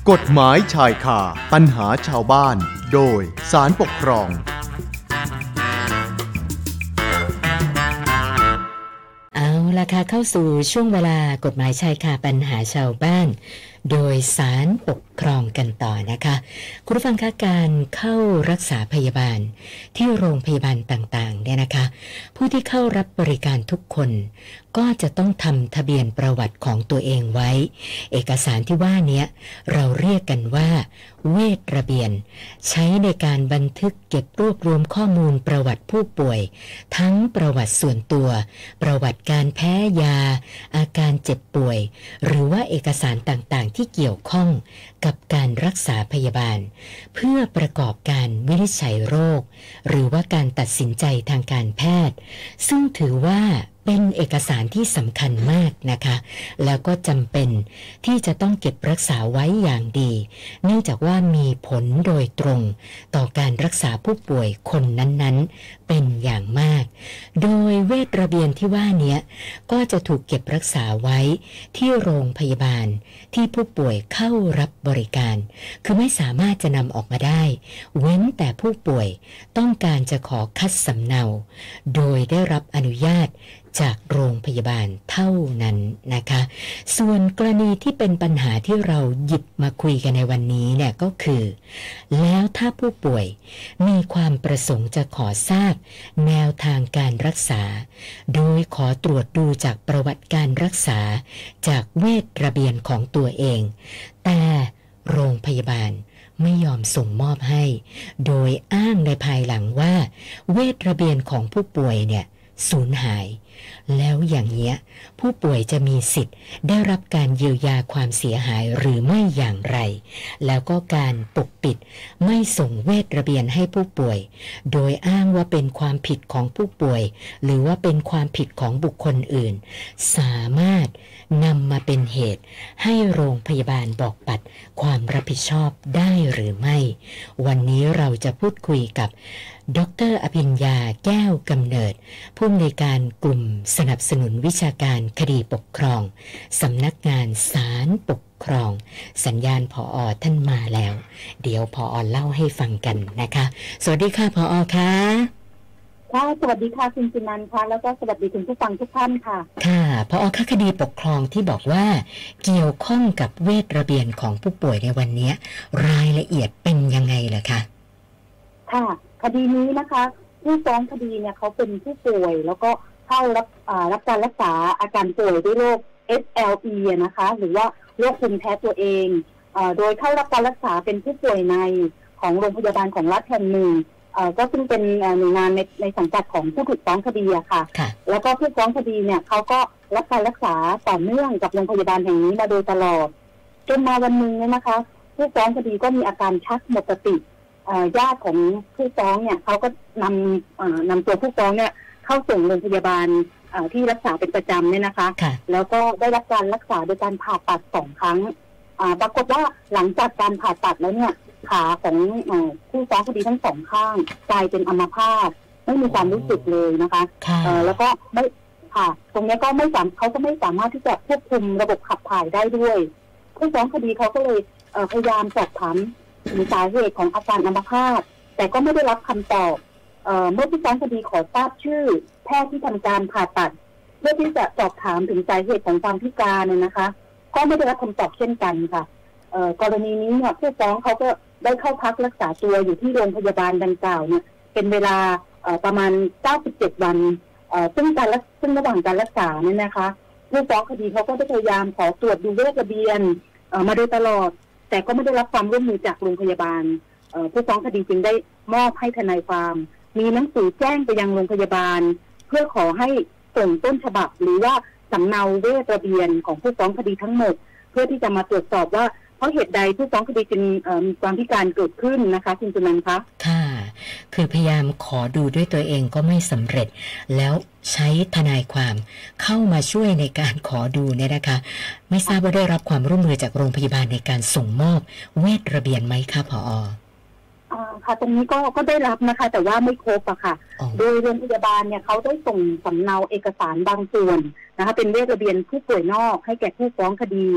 กฎหมายชายคาปัญหาชาวบ้านโดยศาลปกครองเอาล่ะค่ะเข้าสู่ช่วงเวลากฎหมายชายคาปัญหาชาวบ้านโดยศาลปกครองกันต่อนะคะคุณผู้ฟังคะการเข้ารักษาพยาบาลที่โรงพยาบาลต่างๆเนี่ยนะคะผู้ที่เข้ารับบริการทุกคนก็จะต้องทำทะเบียนประวัติของตัวเองไว้เอกสารที่ว่านี้เราเรียกกันว่าเวชระเบียนใช้ในการบันทึกเก็บรวบรวมข้อมูลประวัติผู้ป่วยทั้งประวัติส่วนตัวประวัติการแพ้ยาอาการเจ็บป่วยหรือว่าเอกสารต่างๆที่เกี่ยวข้องกับการรักษาพยาบาลเพื่อประกอบการวินิจฉัยโรคหรือว่าการตัดสินใจทางการแพทย์ซึ่งถือว่าเป็นเอกสารที่สำคัญมากนะคะแล้วก็จำเป็นที่จะต้องเก็บรักษาไว้อย่างดีเนื่องจากว่ามีผลโดยตรงต่อการรักษาผู้ป่วยคนนั้นๆเป็นอย่างมากโดยเวชระเบียนที่ว่านี้ก็จะถูกเก็บรักษาไว้ที่โรงพยาบาลที่ผู้ป่วยเข้ารับบริการคือไม่สามารถจะนำออกมาได้เว้นแต่ผู้ป่วยต้องการจะขอคัดสำเนาโดยได้รับอนุญาตจากโรงพยาบาลเท่านั้นนะคะส่วนกรณีที่เป็นปัญหาที่เราหยิบมาคุยกันในวันนี้เนี่ยก็คือแล้วถ้าผู้ป่วยมีความประสงค์จะขอทราบแนวทางการรักษาโดยขอตรวจดูจากประวัติการรักษาจากเวชระเบียนของตัวเองแต่โรงพยาบาลไม่ยอมส่งมอบให้โดยอ้างในภายหลังว่าเวชระเบียนของผู้ป่วยเนี่ยสูญหายแล้วอย่างเงี้ยผู้ป่วยจะมีสิทธิ์ได้รับการเยียวยาความเสียหายหรือไม่อย่างไรแล้วก็การปกปิดไม่ส่งเวชระเบียนให้ผู้ป่วยโดยอ้างว่าเป็นความผิดของผู้ป่วยหรือว่าเป็นความผิดของบุคคลอื่นสามารถนำมาเป็นเหตุให้โรงพยาบาลบอกปัดความรับผิดชอบได้หรือไม่วันนี้เราจะพูดคุยกับดร.อภิญญาแก้วกำเนิดผู้อำนวยการกลุ่มสนับสนุนวิชาการคดีปกครองสำนักงานศาลปกครองสัญญาณผอ.ท่านมาแล้วเดี๋ยวผอ.เล่าให้ฟังกันนะคะสวัสดีค่ะผอ.ค่ะค่ะสวัสดีค่ะคุณจินันท์ค่ะแล้วก็สวัสดีคุณผู้ฟังทุกท่านค่ะค่ะผอ.คดีปกครองที่บอกว่าเกี่ยวข้องกับเวชระเบียนของผู้ป่วยในวันนี้รายละเอียดเป็นยังไงล่ะคะค่ะคดีนี้นะคะผู้ฟ้องคดีเนี่ยเขาเป็นผู้ป่วยแล้วก็เข้ารับการรักษาอาการป่วยด้วยโรค SLE นะคะหรือว่าโรคภูมิแพ้ตัวเองโดยเข้ารับการรักษาเป็นผู้ป่วยในของโรงพยาบาลของรัฐแห่งหนึ่งก็ซึ่งเป็นหน่วยงานในสังกัดของผู้ถูกฟ้องคดีอะค่ะแล้วก็ผู้ฟ้องคดีเนี่ยเขาก็รับการรักษาต่อเนื่องกับโรงพยาบาลแห่งนี้มาโดยตลอดจนมาวันหนึ่งเนี่ยนะคะผู้ฟ้องคดีก็มีอาการชักหมดสติญาติของผู้ฟ้องเนี่ยเขาก็นำตัวผู้ฟ้องเนี่ยเข้าส่งโรงพยาบาลที่รักษาเป็นประจำเนี่ยนะคะแล้วก็ได้รับการรักษาโดยการผ่าตัด2 ครั้งปรากฏว่าหลังจากการผ่าตัดแล้วเนี่ยขาของผู้ฟ้องคดีทั้ง2 ข้างกลายเป็นอัมพาตไม่มีความรู้สึกเลยนะคะแล้วก็ไม่ค่ะตรงนี้ก็เขาก็ไม่สามารถที่จะควบคุมระบบขับถ่ายได้ด้วยผู้ฟ้องคดีเขาก็เลยพยายามสอบถามถึงสาเหตุของอาการอัมพาตแต่ก็ไม่ได้รับคำตอบเมื่อผู้ฟ้องคดีขอทราบชื่อแพทย์ที่ทำการผ่าตัดเพื่อที่จะสอบถามถึงสาเหตุของความพิการเนี่ยนะคะก็ไม่ได้รับคำตอบเช่นกันค่ะกรณีนี้เนี่ยผู้ฟ้องเขาก็ได้เข้าพักรักษาตัวอยู่ที่โรงพยาบาลดังกล่าวเนี่ยเป็นเวลาประมาณ97 วันซึ่งระหว่างการรักษาเนี่ยนะคะผู้ฟ้องคดีเขาก็ได้พยายามขอตรวจดูเวชระเบียนมาโดยตลอดแต่ก็ไม่ได้รับความร่วมมือจากโรงพยาบาลผู้ฟ้องคดีจึงได้มอบให้ทนายความมีหนังสือแจ้งไปยังโรงพยาบาลเพื่อขอให้ส่งต้นฉบับหรือว่าสำเนาเวชระเบียนของผู้ฟ้องคดีทั้งหมดเพื่อที่จะมาตรวจสอบว่าเพราะเหตุใดผู้ฟ้องคดีจึงมีความพิการเกิดขึ้นนะคะคุณจุนันท์คะค่ะคือพยายามขอดูด้วยตัวเองก็ไม่สำเร็จแล้วใช้ทนายความเข้ามาช่วยในการขอดูเนี่ยนะคะไม่ทราบว่าได้รับความร่วมมือจากโรงพยาบาลในการส่งมอบเวชระเบียนไหมคะผอ. ค่ะตรงนี้ก็ได้รับนะคะแต่ว่าไม่ครบอะค่ะโดยโรงพยาบาลเนี่ยเขาได้ส่งสำเนาเอกสารบางส่วนนะคะเป็นเวชระเบียนผู้ป่วยนอกให้แก่ผู้ฟ้องคดี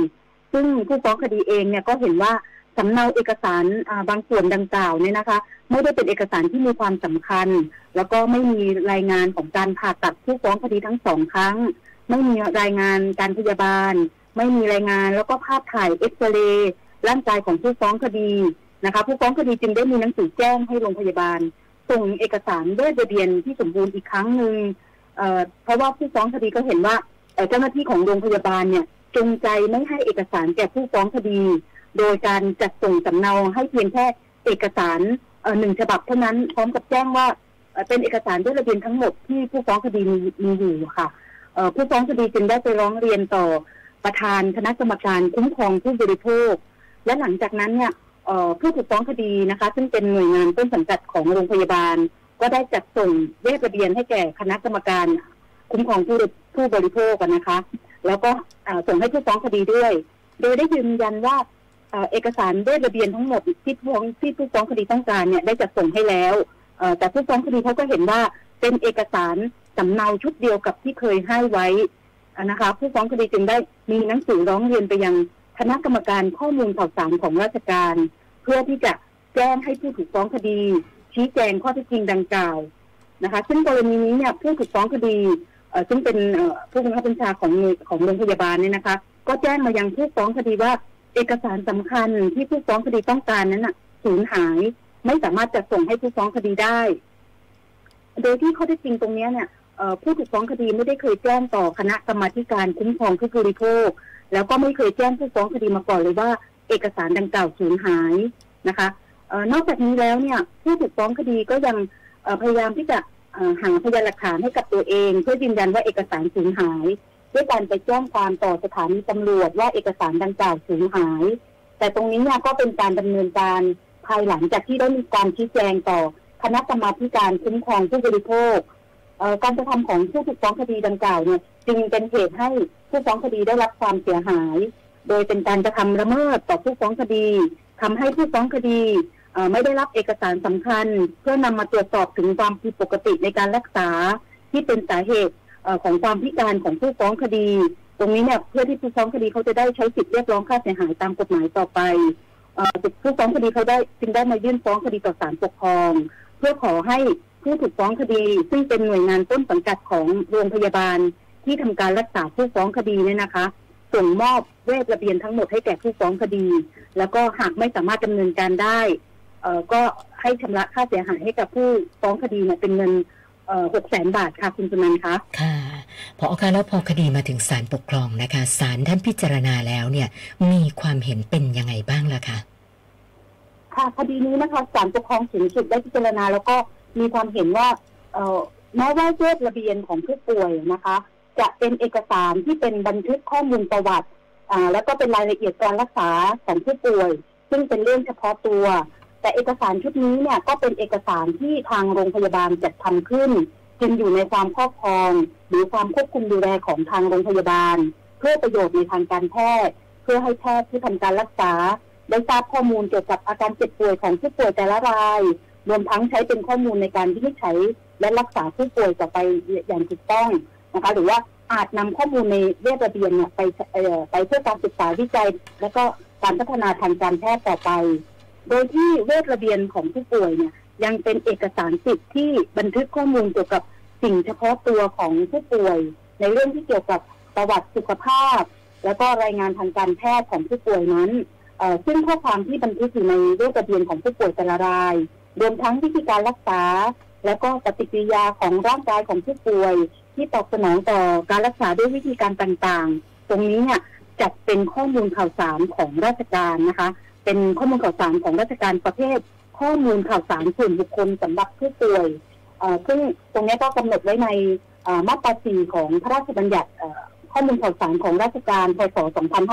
ซึ่งผู้ฟ้องคดีเองเนี่ยก็เห็นว่าสำเนาเอกสารบางส่วนดังกล่าวเนี่ยนะคะไม่ได้เป็นเอกสารที่มีความสำคัญแล้วก็ไม่มีรายงานของการผ่าตัดผู้ฟ้องคดีทั้ง2 ครั้งไม่มีรายงานการพยาบาลไม่มีรายงานแล้วก็ภาพถ่ายเอ็กซเรย์ร่างกายของผู้ฟ้องคดีนะคะผู้ฟ้องคดีจึงได้มีหนังสือแจ้งให้โรงพยาบาลส่งเอกสารเวชระเบียนที่สมบูรณ์อีกครั้งหนึ่งเพราะว่าผู้ฟ้องคดีก็เห็นว่าเจ้าหน้าที่ของโรงพยาบาลเนี่ยจงใจไม่ให้เอกสารแก่ผู้ฟ้องคดีโดยการจัดส่งสำเนาให้เพียงแค่เอกสาร1 ฉบับเท่านั้นพร้อมกับแจ้งว่าเป็นเอกสารเวชระเบียนทั้งหมดที่ผู้ฟ้องคดีมีอยู่ค่ะผู้ฟ้องคดีจึงได้ไปร้องเรียนต่อประธานคณะกรรมการคุ้มครองผู้บริโภคและหลังจากนั้นเนี่ยผู้ถูกฟ้องคดีนะคะซึ่งเป็นหน่วยงานต้นสังกัดของโรงพยาบาลก็ได้จัดส่งเวชระเบียนให้แก่คณะกรรมการคุ้มครองผู้บริโภคกันนะคะแล้วก็ส่งให้ผู้ฟ้องคดีด้วยโดยได้ยืนยันว่าเอกสารเวชระเบียนทั้งหมดที่ผู้ฟ้องคดีต้องการเนี่ยได้จัดส่งให้แล้วแต่ผู้ฟ้องคดีเขาก็เห็นว่าเป็นเอกสารสำเนาชุดเดียวกับที่เคยให้ไว้นะคะผู้ฟ้องคดีจึงได้มีหนังสือร้องเรียนไปยังคณะกรรมการข้อมูลข่าวสารของราชการเพื่อที่จะแจ้งให้ผู้ถูกฟ้องคดีชี้แจงข้อเท็จจริงดังกล่าวนะคะซึ่งกรณีนี้เนี่ยผู้ถูกฟ้องคดีซึ่งเป็นผู้บังคับบัญชาของโรงพยาบาลเนี่ยนะคะก็แจ้งมายังผู้ฟ้องคดีว่าเอกสารสำคัญที่ผู้ฟ้องคดีต้องการนั้นน่ะสูญหายไม่สามารถจะส่งให้ผู้ฟ้องคดีได้โดยที่ข้อเท็จจริงตรงนี้เนี่ยผู้ถูกฟ้องคดีไม่ได้เคยแจ้งต่อคณะกรรมาธิการคุ้มครองผู้บริโภคแล้วก็ไม่เคยแจ้งผู้ฟ้องคดีมาก่อนเลยว่าเอกสารดังกล่าวสูญหายนะคะนอกจากนี้แล้วเนี่ยผู้ถูกฟ้องคดีก็ยังพยายามที่จะหาพยานหลักฐานให้กับตัวเองเพื่อยืนยันว่าเอกสารสูญหายด้วยการไปแจ้งความต่อสถานีตำรวจว่าเอกสารดังกล่าวสูญหายแต่ตรงนี้เนี่ยก็เป็นการดำเนินการภายหลังจากที่ได้มีการชี้แจงต่อคณะกรรมาธิการคุ้มครองผู้บริโภคการกระทำของผู้ถูกฟ้องคดีดังกล่าวเนี่ยจึงเป็นเหตุให้ผู้ฟ้องคดีได้รับความเสียหายโดยเป็นการกระทำละเมิดต่อผู้ฟ้องคดีทำให้ผู้ฟ้องคดีไม่ได้รับเอกสารสำคัญเพื่อนำมาตรวจสอบถึงความผิดปกติในการรักษาที่เป็นสาเหตุของความพิการของผู้ฟ้องคดีตรงนี้เนี่ยเพื่อที่ผู้ฟ้องคดีเขาจะได้ใช้สิทธิเรียกร้องค่าเสียหายตามกฎหมายต่อไปผู้ฟ้องคดีเขาจึงได้มายื่นฟ้องคดีต่อศาลปกครองเพื่อขอให้ผู้ถูกฟ้องคดีซึ่งเป็นหน่วยงานต้นสังกัดของโรงพยาบาลที่ทำการรักษาผู้ฟ้องคดีเนี่ยนะคะส่งมอบเวชระเบียนทั้งหมดให้แก่ผู้ฟ้องคดีแล้วก็หากไม่สามารถดำเนินการได้ก็ให้ชำระค่าเสียหายให้กับผู้ฟ้องคดีเนี่ยเป็นเงิน600,000 บาทค่ะคุณสุนันท์คะค่ะพอค่ะแล้วพอคดีมาถึงศาลปกครองนะคะศาลท่านพิจารณาแล้วเนี่ยมีความเห็นเป็นยังไงบ้างล่ะคะค่ะคดีนี้นะคะศาลปกครองสูงสุดได้พิจารณาแล้วก็มีความเห็นว่าแม้ว่าเวชระเบียนของผู้ป่วยนะคะจะเป็นเอกสารที่เป็นบันทึกข้อมูลประวัติแล้วก็เป็นรายละเอียดการรักษาของผู้ป่วยซึ่งเป็นเรื่องเฉพาะตัวแต่เอกสารชุดนี้เนี่ยก็เป็นเอกสารที่ทางโรงพยาบาลจัดทำขึ้นจึงอยู่ในความครอบครองหรือความควบคุมดูแลของทางโรงพยาบาลเพื่อประโยชน์ในทางการแพทย์เพื่อให้แพทย์ที่ทำการรักษาได้ทราบข้อมูลเกี่ยวกับอาการเจ็บป่วยของผู้ป่วยแต่ละรายรวมทั้งใช้เป็นข้อมูลในการวินิจฉัยและรักษาผู้ป่วยต่อไปอย่างถูกต้องนะคะหรือว่าอาจนำข้อมูลในเวชระเบียนเนี่ยไปเพื่อการศึกษาวิจัยและก็การพัฒนาทางการแพทย์ต่อไปโดยที่เวชระเบียนของผู้ป่วยเนี่ยยังเป็นเอกสารสิทธิ์ที่บันทึกข้อมูลเกี่ยวกับสิ่งเฉพาะตัวของผู้ป่วยในเรื่องที่เกี่ยวกับประวัติสุขภาพแล้วก็รายงานทางการแพทย์ของผู้ป่วยนั้นซึ่งข้อความที่บันทึกอยู่ในเวชระเบียนของผู้ป่วยแต่ละรายรวมทั้งวิธีการรักษาและก็ปฏิกิริยาของร่างกายของผู้ป่วยที่ตอบสนองต่อการรักษาด้วยวิธีการต่างๆตรงนี้เนี่ยจัดเป็นข้อมูลข่าวสารของราชการนะคะเป็นข้อมูลข่าวสารของราชการประเภทข้อมูลข่าวสารส่วนบุคคลสำหรับผู้ป่วยซึ่งตรงนี้ก็กำหนดไว้ในมาตรา 4 ของพระราชบัญญัติข้อมูลข่าวสารของราชการพ.ศ.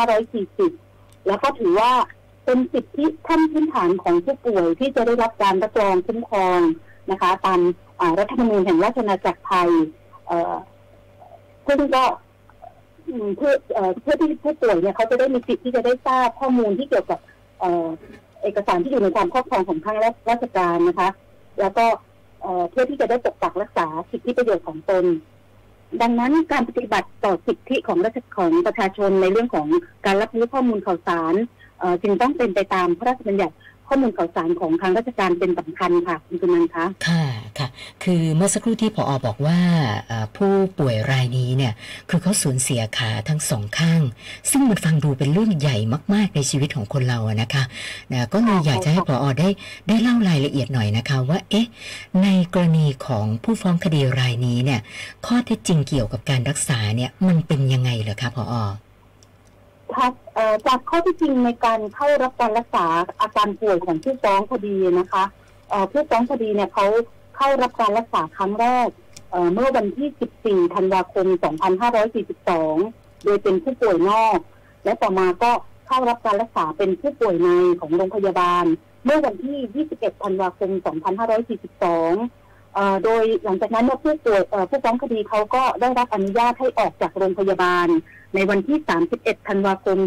2540แล้วก็ถือว่าเป็นสิทธิขั้นพื้นฐานของผู้ป่วยที่จะได้รับการรับรองคุ้มครองนะคะตามรัฐธรรมนูญแห่งราชอาณาจักรไทยซึ่งก็เพื่อที่ผู้ป่วยเนี่ยเขาจะได้มีสิทธิที่จะได้ทราบข้อมูลที่เกี่ยวกับเอกสารที่อยู่ในความครอบครองของทางราชการนะคะแล้วก็เพื่อที่จะได้ปกปักรักษาสิทธิประโยชน์ของตนดังนั้นการปฏิบัติต่อสิทธิของประชาชนในเรื่องของการรับรู้ข้อมูลข่าวสารจึงต้องเป็นไปตามพระราชบัญญัติข้อมูลข่าวสารของทางราชการเป็นสำคัญค่ะคุณกุนันท์คะค่ะค่ะคือเมื่อสักครู่ที่ผอ.บอกว่าผู้ป่วยรายนี้เนี่ยคือเขาสูญเสียขาทั้งสองข้างซึ่งมันฟังดูเป็นเรื่องใหญ่มากๆในชีวิตของคนเราอะนะคะก็เลยอยากจะให้ผอ.ได้เล่ารายละเอียดหน่อยนะคะว่าในกรณีของผู้ฟ้องคดีรายนี้เนี่ยข้อเท็จจริงเกี่ยวกับการรักษาเนี่ยมันเป็นยังไงเหรอคะผอ. ครับจากข้อที่จริงในการเข้ารับการรักษาอาการป่วยของผู้ฟ้องคดีนะคะผู้ฟ้องคดีเนี่ยเขาเข้ารับการรักษาครั้งแรกเมื่อวันที่ 14 ธันวาคม 2542 โดยเป็นผู้ป่วยนอกและต่อมาก็เข้ารับการรักษาเป็นผู้ป่วยในของโรงพยาบาลเมื่อวันที่ 21 ธันวาคม 2542 โดยหลังจากนั้นผู้ฟ้องคดีเขาก็ได้รับอนุญาตให้ออกจากโรงพยาบาลในวันที่ 31 ธันวาคม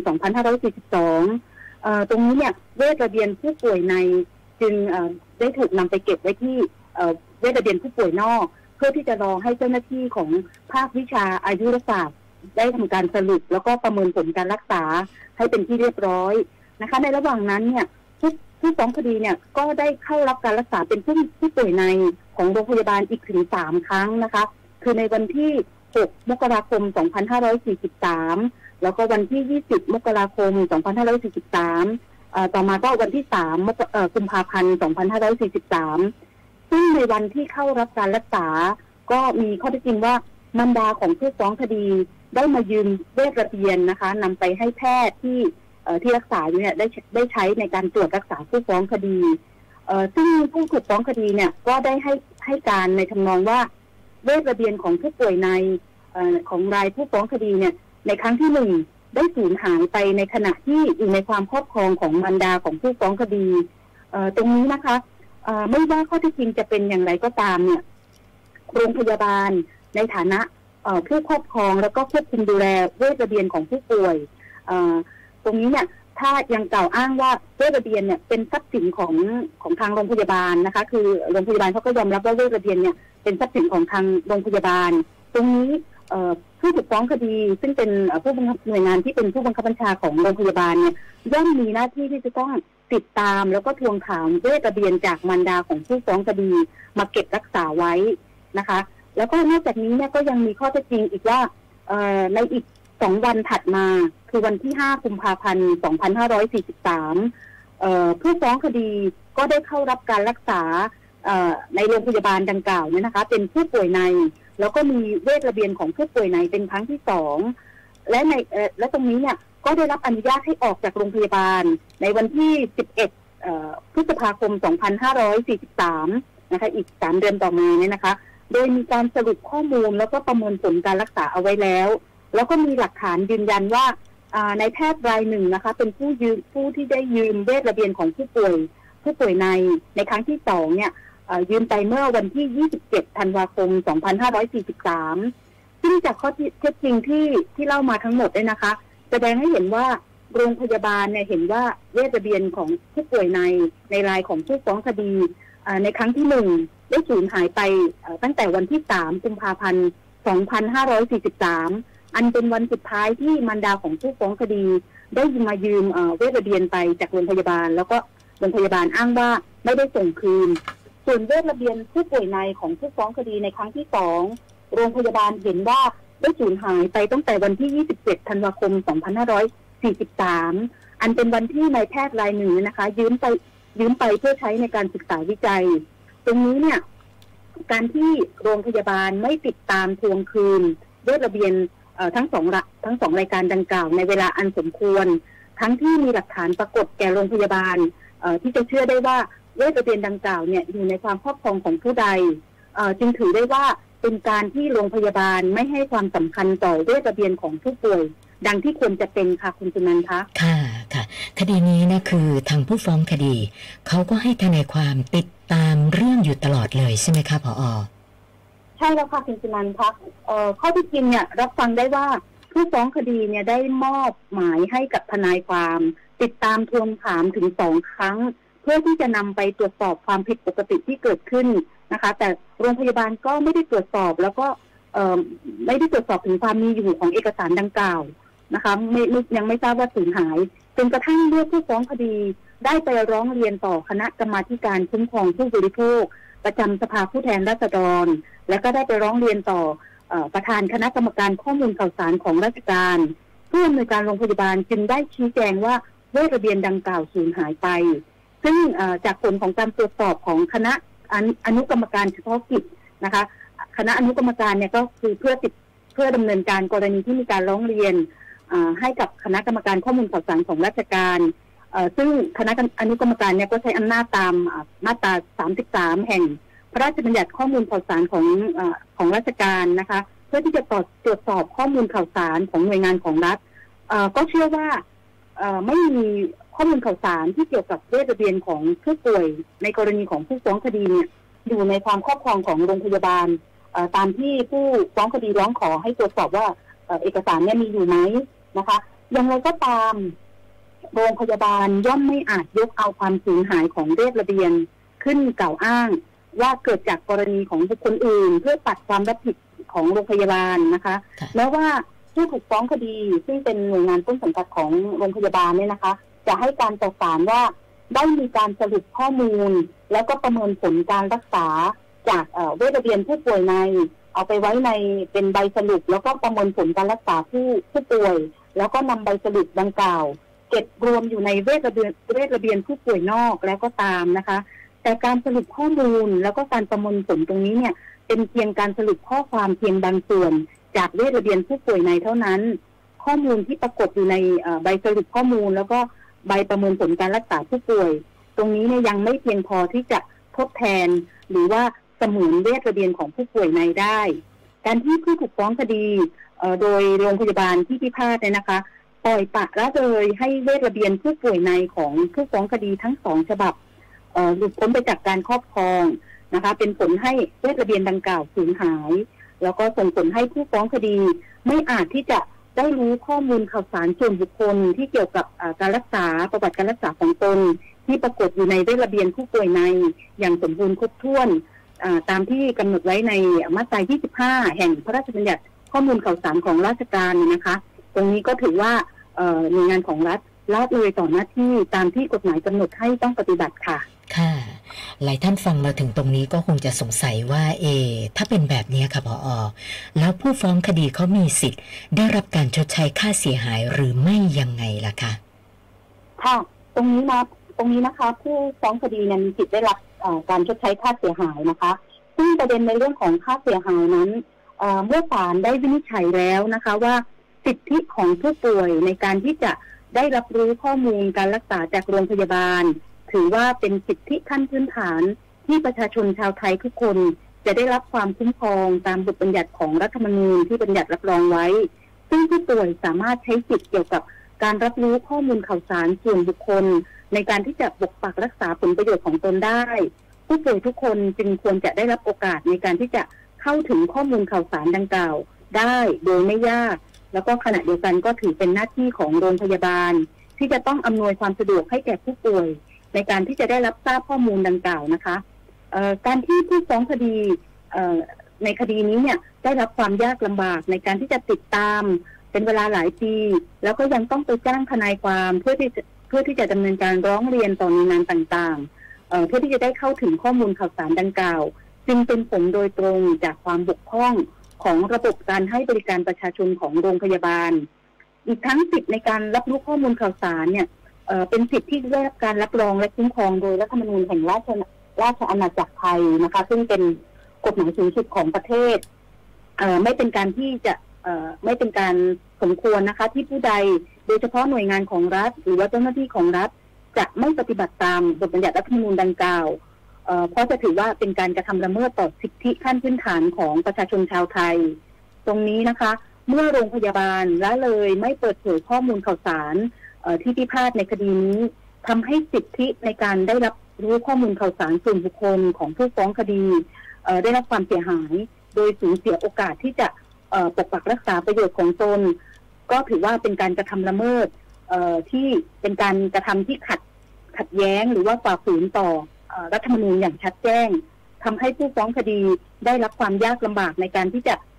2542 ตรงนี้เนี่ยเวชระเบียนผู้ป่วยในจึงได้ถูกนำไปเก็บไว้ที่เวชระเบียนผู้ป่วยนอกเพื่อที่จะรอให้เจ้าหน้าที่ของภาควิชาอายุรศาสตร์ได้ทำการสรุปแล้วก็ประเมินผลการรักษาให้เป็นที่เรียบร้อยนะคะในระหว่างนั้นเนี่ยผู้ฟ้องคดีเนี่ยก็ได้เข้ารับการรักษาเป็นผู้ป่วยในของโรงพยาบาลอีกถึง3 ครั้งนะคะคือในวันที่ 6 มกราคม 2543 แล้วก็วันที่ 20 มกราคม 2543 ต่อมาก็วันที่ 3 กุมภาพันธ์ 2543 ซึ่งในวันที่เข้ารับการรักษาก็มีข้อเท็จจริงว่ามารดาของผู้ฟ้องคดีได้มายืมเวชระเบียนนะคะนำไปให้แพทย์ที่รักษาอยู่เนี่ยได้ใช้ในการตรวจรักษาผู้ฟ้องคดีซึ่งผู้ถูกฟ้องคดีเนี่ยก็ได้ให้การในทำนองว่าเวชระเบียนของผู้ป่วยในของรายผู้ฟ้องคดีเนี่ยในครั้งที่1ได้สูญหายไปในขณะที่อยู่ในความครอบครองของมารดาของผู้ฟ้องคดีตรงนี้นะคะไม่ว่าข้อเท็จจริงจะเป็นอย่างไรก็ตามเนี่ยโรงพยาบาลในฐานะผู้ครอบครองแล้วก็ควบคุมดูแลเวชระเบียนของผู้ป่วยตรงนี้เนี่ยถ้ายังกล่าวอ้างว่าเวชระเบียนเนี่ยเป็นทรัพย์สินของทางโรงพยาบาลนะคะคือโรงพยาบาลเขาก็ยอมรับว่าเวชระเบียนเนี่ยเป็นทรัพย์สินของทางโรงพยาบาลตรงนี้ผู้ถูกฟ้องคดีซึ่งเป็นผู้บังคับหน่วยงานที่เป็นผู้บังคับบัญชาของโรงพยาบาลเนี่ยย่อมมีหน้าที่ที่จะต้องติดตามแล้วก็ทวงถามเวชระเบียนจากมารดาของผู้ฟ้องคดีมาเก็บรักษาไว้นะคะแล้วก็นอกจากนี้เนี่ยก็ยังมีข้อเท็จจริงอีกว่าในอีก2 วันถัดมาคือวันที่ 5 กุมภาพันธ์ 2543 ผู้ฟ้องคดีก็ได้เข้ารับการรักษาในโรงพยาบาลดังกล่าวเนี่ยนะคะเป็นผู้ป่วยในแล้วก็มีเวชระเบียนของผู้ป่วยในเป็นครั้งที่2และตรงนี้เนี่ยก็ได้รับอนุญาตให้ออกจากโรงพยาบาลในวันที่ 11 พฤษภาคม 2543 นะคะอีก3 เดือนต่อมาเนี่ยนะคะโดยมีการสรุปข้อมูลแล้วก็ประเมินผลการรักษาเอาไว้แล้วก็มีหลักฐานยืนยันว่าในแพทย์รายหนึ่งนะคะเป็นผู้ที่ได้ยืมเวชระเบียนของผู้ป่วยในครั้งที่2เนี่ยยืมไปเมื่อวันที่ 27 ธันวาคม 2543 ซึ่งจากข้อเท็จจริงที่เล่ามาทั้งหมดเนี่ยนะคะแสดงให้เห็นว่าโรงพยาบาลเนี่ยเห็นว่าเวชระเบียนของผู้ป่วยในรายของผู้ฟ้องคดีในครั้งที่1ได้สูญหายไปตั้งแต่วันที่ 3 กุมภาพันธ์ 2543 อันเป็นวันสุดท้ายที่มารดาของผู้ฟ้องคดีได้มายืมเวชระเบียนไปจากโรงพยาบาลแล้วก็โรงพยาบาลอ้างว่าไม่ได้ส่งคืนส่วนเวชระเบียนผู้ป่วยในของผู้ฟ้องคดีในครั้งที่2โรงพยาบาลเห็นว่าได้สูญหายไปตั้งแต่วันที่ 27 ธันวาคม 2543 อันเป็นวันที่นายแพทย์รายหนึ่งนะคะยืมไปเพื่อใช้ในการศึกษาวิจัยตรงนี้เนี่ยการที่โรงพยาบาลไม่ติดตามทวงคืนเวชระเบียนทั้งสองรายการดังกล่าวในเวลาอันสมควรทั้งที่มีหลักฐานปรากฏแก่โรงพยาบาลที่จะเชื่อได้ว่าเวชระเบียนดังกล่าวเนี่ยอยู่ในความครอบครองของผู้ใดจึงถือได้ว่าเป็นการที่โรงพยาบาลไม่ให้ความสำคัญต่อเวชระเบียนของผู้ป่วยดังที่ควรจะเป็นค่ะคุณสุนันท์คะค่ะคดีนี้นะคือทางผู้ฟ้องคดีเขาก็ให้ทนายความติดตามเรื่องอยู่ตลอดเลยใช่ไหมคะผอ. ใช่แล้วค่ะคุณสุนันท์คะข้อที่จริงเนี่ยรับฟังได้ว่าผู้ฟ้องคดีเนี่ยได้มอบหมายให้กับทนายความติดตามทวงถามถึง2 ครั้งเพื่อที่จะนำไปตรวจสอบความผิดปกติที่เกิดขึ้นนะคะแต่โรงพยาบาลก็ไม่ได้ตรวจสอบแล้วก็ไม่ได้ตรวจสอบถึงความมีอยู่ของเอกสารดังกล่าวนะคะยังไม่ทราบว่าสูญหายจนกระทั่งเมื่อผู้ฟ้องคดีได้ไปร้องเรียนต่อคณะกรรมาธิการคุ้มครองผู้บริโภคประจำสภาผู้แทนราษฎรและก็ได้ไปร้องเรียนต่อประธานคณะกรรมการข้อมูลข่าวสารของราชการผู้อำนวยการโรงพยาบาลจึงได้ชี้แจงว่าเวชระเบียนดังกล่าวสูญหายไปซึ่งจากผลของการตรวจสอบของคณะอนุกรรมการเฉพาะกิจนะคะคณะอนุกรรมการเนี่ยก็คือเพื่อดำเนินการกรณีที่มีการร้องเรียนให้กับคณะกรรมการข้อมูลข่าวสารของราชการซึ่งคณะอนุกรรมการเนี่ยก็ใช้อำนาจตามมาตรา33แห่งพระราชบัญญัติข้อมูลข่าวสารของราชการนะคะเพื่อที่จะตรวจสอบข้อมูลข่าวสารของหน่วยงานของรัฐก็เชื่อว่าไม่มีข้อมูลข่าวสารที่เกี่ยวกับเวชระเบียนของผู้ป่วยในกรณีของผู้ฟ้องคดีเนี่ยอยู่ในความครอบครองของโรงพยาบาลตามที่ผู้ฟ้องคดีร้องขอให้ตรวจสอบว่าเอกสารเนี่ยมีอยู่ไหมนะคะอย่างไรก็ตามโรงพยาบาลย่อมไม่อาจยกเอาความสูญหายของเวชระเบียนขึ้นกล่าวอ้างว่าเกิดจากกรณีของบุคคลอื่นเพื่อปัดความรับผิดของโรงพยาบาลนะคะแม้ว่าผู้ถูกฟ้องคดีซึ่งเป็นหน่วยงานต้นสังกัดของโรงพยาบาลเนี่ยนะคะจะให้การต่อศาลว่าได้มีการสรุปข้อมูลแล้วก็ประเมินผลการรักษาจากเวชระเบียนผู้ป่วยในเอาไปไว้ในเป็นใบสรุปแล้วก็ประเมินผลการรักษาผู้ป่วยแล้วก็นำใบสรุปดังกล่าวเก็บรวมอยู่ในเวชระเบียนผู้ป่วยนอกแล้วก็ตามนะคะแต่การสรุปข้อมูลแล้วก็การประเมินผลตรงนี้เนี่ยเป็นเพียงการสรุปข้อความเพียงบางส่วนจากเวชระเบียนผู้ป่วยในเท่านั้นข้อมูลที่ปรากฏอยู่ในใบสรุปข้อมูลแล้วก็ใบประเมินผลการรักษาผู้ป่วยตรงนี้เนี่ยยังไม่เพียงพอที่จะทดแทนหรือว่าเสมือนเวชระเบียนของผู้ป่วยในได้การที่ผู้ถูกฟ้องคดีโดยโรงพยาบาลที่พิพาทเนี่ยนะคะปล่อยปละละเลยให้เวชระเบียนผู้ป่วยในของผู้ฟ้องคดีทั้ง2ฉบับหลุดพ้นไปจากการครอบครองนะคะเป็นผลให้เวชระเบียนดังกล่าวสูญหายแล้วก็ส่งผลให้ผู้ฟ้องคดีไม่อาจที่จะได้รู้ข้อมูลข่าวสารส่วนบุคคลที่เกี่ยวกับการรักษาประวัติการรักษาของตนที่ปรากฏอยู่ในเวชระเบียนผู้ป่วยในอย่างสมบูรณ์ครบถ้วนตามที่กำหนดไว้ในมาตรา25แห่งพระราชบัญญัติข้อมูลข่าวสารของราชการนะคะตรงนี้ก็ถือว่าหน่วยงานของรัฐละเลยต่อหน้าที่ตามที่กฎหมายกำหนดให้ต้องปฏิบัติค่ะค่ะหลายท่านฟังมาถึงตรงนี้ก็คงจะสงสัยว่าถ้าเป็นแบบนี้ค่ะผอ.แล้วผู้ฟ้องคดีเขามีสิทธิ์ได้รับการชดใช้ค่าเสียหายหรือไม่ยังไงล่ะคะค่ะตรงนี้นะคะผู้ฟ้องคดีเนี่ยมีสิทธิ์ได้รับการชดใช้ค่าเสียหายนะคะซึ่งประเด็นในเรื่องของค่าเสียหายนั้นเมื่อศาลได้วินิจฉัยแล้วนะคะว่าสิทธิของผู้ป่วยในการที่จะได้รับรู้ข้อมูลการรักษาจากโรงพยาบาลถือว่าเป็นสิทธิขั้นพื้นฐานที่ประชาชนชาวไทยทุกคนจะได้รับความคุ้มครองตามบทบัญญัติของรัฐธรรมนูญที่บัญญัติรับรองไว้ซึ่งผู้ป่วยสามารถใช้สิทธิเกี่ยวกับการรับรู้ข้อมูลข่าวสารส่วนบุคคลในการที่จะปกปักรักษาผลประโยชน์ของตนได้ผู้ป่วยทุกคนจึงควรจะได้รับโอกาสในการที่จะเข้าถึงข้อมูลข่าวสารดังกล่าวได้โดยไม่ยากแล้วก็ขณะเดียวกันก็ถือเป็นหน้าที่ของโรงพยาบาลที่จะต้องอำนวยความสะดวกให้แก่ผู้ป่วยในการที่จะได้รับทราบข้อมูลดังกล่าวนะคะการที่ผู้ฟ้องคดีในคดีนี้เนี่ยได้รับความยากลำบากในการที่จะติดตามเป็นเวลาหลายปีแล้วก็ยังต้องไปจ้างทนายความเพื่อที่จะดำเนินการร้องเรียนต่อหน่วยงานต่างๆเพื่อที่จะได้เข้าถึงข้อมูลข่าวสารดังกล่าวจึงเป็นผลโดยตรงจากความบกพร่องของระบบการให้บริการประชาชนของโรงพยาบาลอีกทั้งสิทธิในการรับรู้ข้อมูลข่าวสารเนี่ยเป็นสิทธิที่ได้รับการรับรองและคุ้มครองโดยรัฐธรรมนูญแห่งราชอาณาจักรไทยนะคะซึ่งเป็นกฎหมายสูงสุดของประเทศไม่เป็นการที่จะไม่เป็นการสมควรนะคะที่ผู้ใดโดยเฉพาะหน่วยงานของรัฐหรือว่าเจ้าหน้าที่ของรัฐจะไม่ปฏิบัติตามบทบัญญัติรัฐธรรมนูญดังกล่าวเพราะจะถือว่าเป็นการกระทำละเมิดต่อสิทธิขั้นพื้นฐานของประชาชนชาวไทยตรงนี้นะคะเมื่อโรงพยาบาลละเลยไม่เปิดเผยข้อมูลข่าวสารที่พิพาทในคดีนี้ทำให้สิทธิในการได้รับรู้ข้อมูลข่าวสารส่วนบุคคลของผู้ฟ้องคดีได้รับความเสียหายโดยสูญเสียโอกาสที่จะปกปักรักษาประโยชน์ของตนก็ถือว่าเป็นการกระทำละเมิดที่เป็นการกระทำที่ขัดแย้งหรือว่าฝ่าฝืนต่อรัฐธรรมนูญอย่างชัดแจ้งทำให้ผู้ฟ้องคดีได้รับความยากลำบากในการที่จะ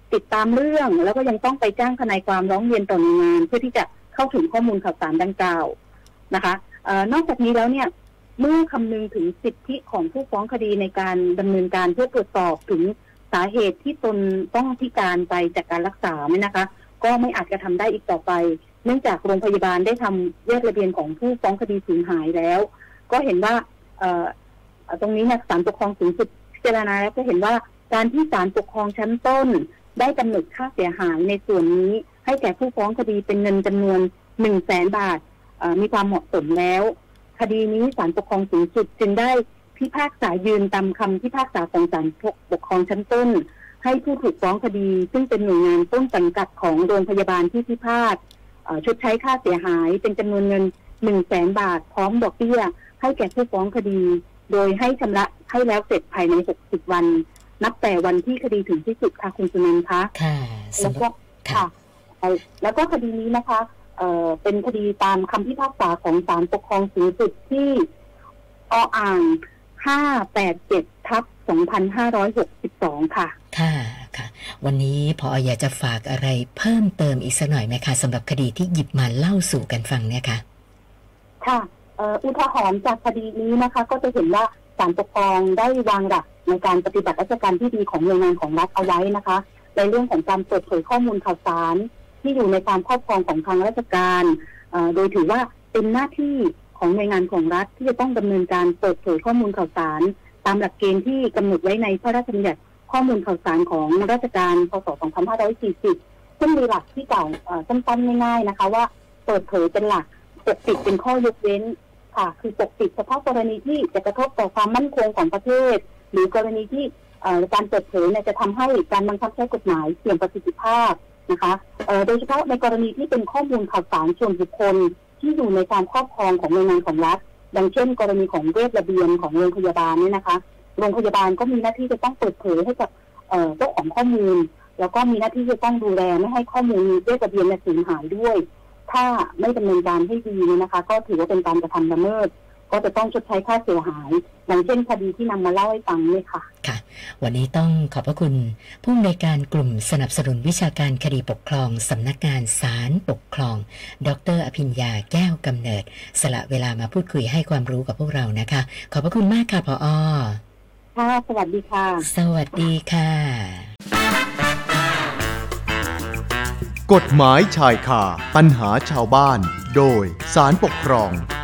ติดตามเรื่องแล้วก็ยังต้องไปจ้างทนายความร้องเรียนต่อหน่วยงานเพื่อที่จะเข้าถึงข้อมูลข่าวสารดังกล่าวนะคะนอกจากนี้แล้วเนี่ยเมื่อคำนึงถึงสิทธิของผู้ฟ้องคดีในการดำเนินการเพื่อตรวจสอบถึงสาเหตุที่ตนต้องพิการไปจากการรักษาเนี่ยนะคะก็ไม่อาจจะทำได้อีกต่อไปเนื่องจากโรงพยาบาลได้ทำแยกระเบียนของผู้ฟ้องคดีสูญหายแล้วก็เห็นว่าตรงนี้เนี่ยศาลปกครองสูงสุดพิจารณาแล้วก็เห็นว่าการที่ศาลปกครองชั้นต้นได้กำหนดค่าเสียหายในส่วนนี้ให้แก่ผู้ฟ้องคดีเป็นเงินจำนวน 100,000 บาทมีความเหมาะสมแล้วคดีนี้ศาลปกครองสูงสุดจึงได้พิพากษายืนตามคำพิพากษาของศาลปกครองชั้นต้นให้ผู้ถูกฟ้องคดีซึ่งเป็นหน่วยงานต้นสังกัดของโรงพยาบาลที่พิพาทชดใช้ค่าเสียหายเป็นจำนวนเงิน 100,000 บาทพร้อมดอกเบี้ยให้แก่ผู้ฟ้องคดีโดยให้ชำระให้แล้วเสร็จภายใน60 วันนับแต่วันที่คดีถึงที่สุดค่ะคุณสุนันท์คะค่ะแล้วก็ค่ะแล้วก็คดีนี้นะคะเป็นคดีตามคำพิพากษาของศาลปกครองสูงสุดที่อ่าง587/2562ค่ะค่ะค่ะวันนี้พออยากจะฝากอะไรเพิ่มเติมอีกสักหน่อยไหมคะสำหรับคดีที่หยิบมาเล่าสู่กันฟังเนี่ยค่ะค่ะอุทาหรณ์จากคดีนี้นะคะก็จะเห็นว่าศาลปกครองได้วางหลักในการปฏิบัติราชการที่ดีของหน่วยงานของรัฐเอาไว้นะคะในเรื่องของการเปิดเผยข้อมูลข่าวสารที่อยู่ในความครอบครองของทางราชการโดยถือว่าเป็นหน้าที่ของหน่วยงานของรัฐที่จะต้องดำเนินการเปิดเผยข้อมูลข่าวสารตามหลักเกณฑ์ที่กำหนดไว้ในพระราชบัญญัติข้อมูลข่าวสารของราชการพ.ศ. 2540ซึ่งมีหลักที่กล่าวสั้นๆง่ายๆนะคะว่าเปิดเผยเป็นหลักปกปิดเป็นข้อยกเว้นค่ะคือปกปิดเฉพาะกรณีที่จะกระทบต่อความมั่นคงของประเทศหรือกรณีที่การเปิดเผยจะทำให้การบังคับใช้กฎหมายเสื่อมประสิทธิภาพนะคะโดยเฉพาะในกรณีที่เป็นข้อมูลข่าวสารส่วนบุคคลที่อยู่ในความครอบครองของหน่วยงานของรัฐดังเช่นกรณีของเวชระเบียนของโรงพยาบาลเนี่ยนะคะโรงพยาบาลก็มีหน้าที่จะต้องเปิดเผยให้กับเจ้าของข้อมูลแล้วก็มีหน้าที่จะต้องดูแลไม่ให้ข้อมูลเวชระเบียนสูญหายด้วยถ้าไม่ดำเนินการให้ดีเนี่ยนะคะก็ถือว่าเป็นการกระทำละเมิดก็จะต้องชดใช้ค่าเสียหายอย่างเช่นคดีที่นำมาเล่าให้ฟังเนี่ยค่ะค่ะวันนี้ต้องขอบพระคุณผู้อำนวยการกลุ่มสนับสนุนวิชาการคดีปกครองสำนักงานศาลปกครองดร.อภิญญาแก้วกำเนิดสละเวลามาพูดคุยให้ความรู้กับพวกเรานะคะขอบพระคุณมากค่ะผอ. ค่ะสวัสดีค่ะสวัสดีค่ะกฎหมายชายคาปัญหาชาวบ้านโดยศาลปกครอง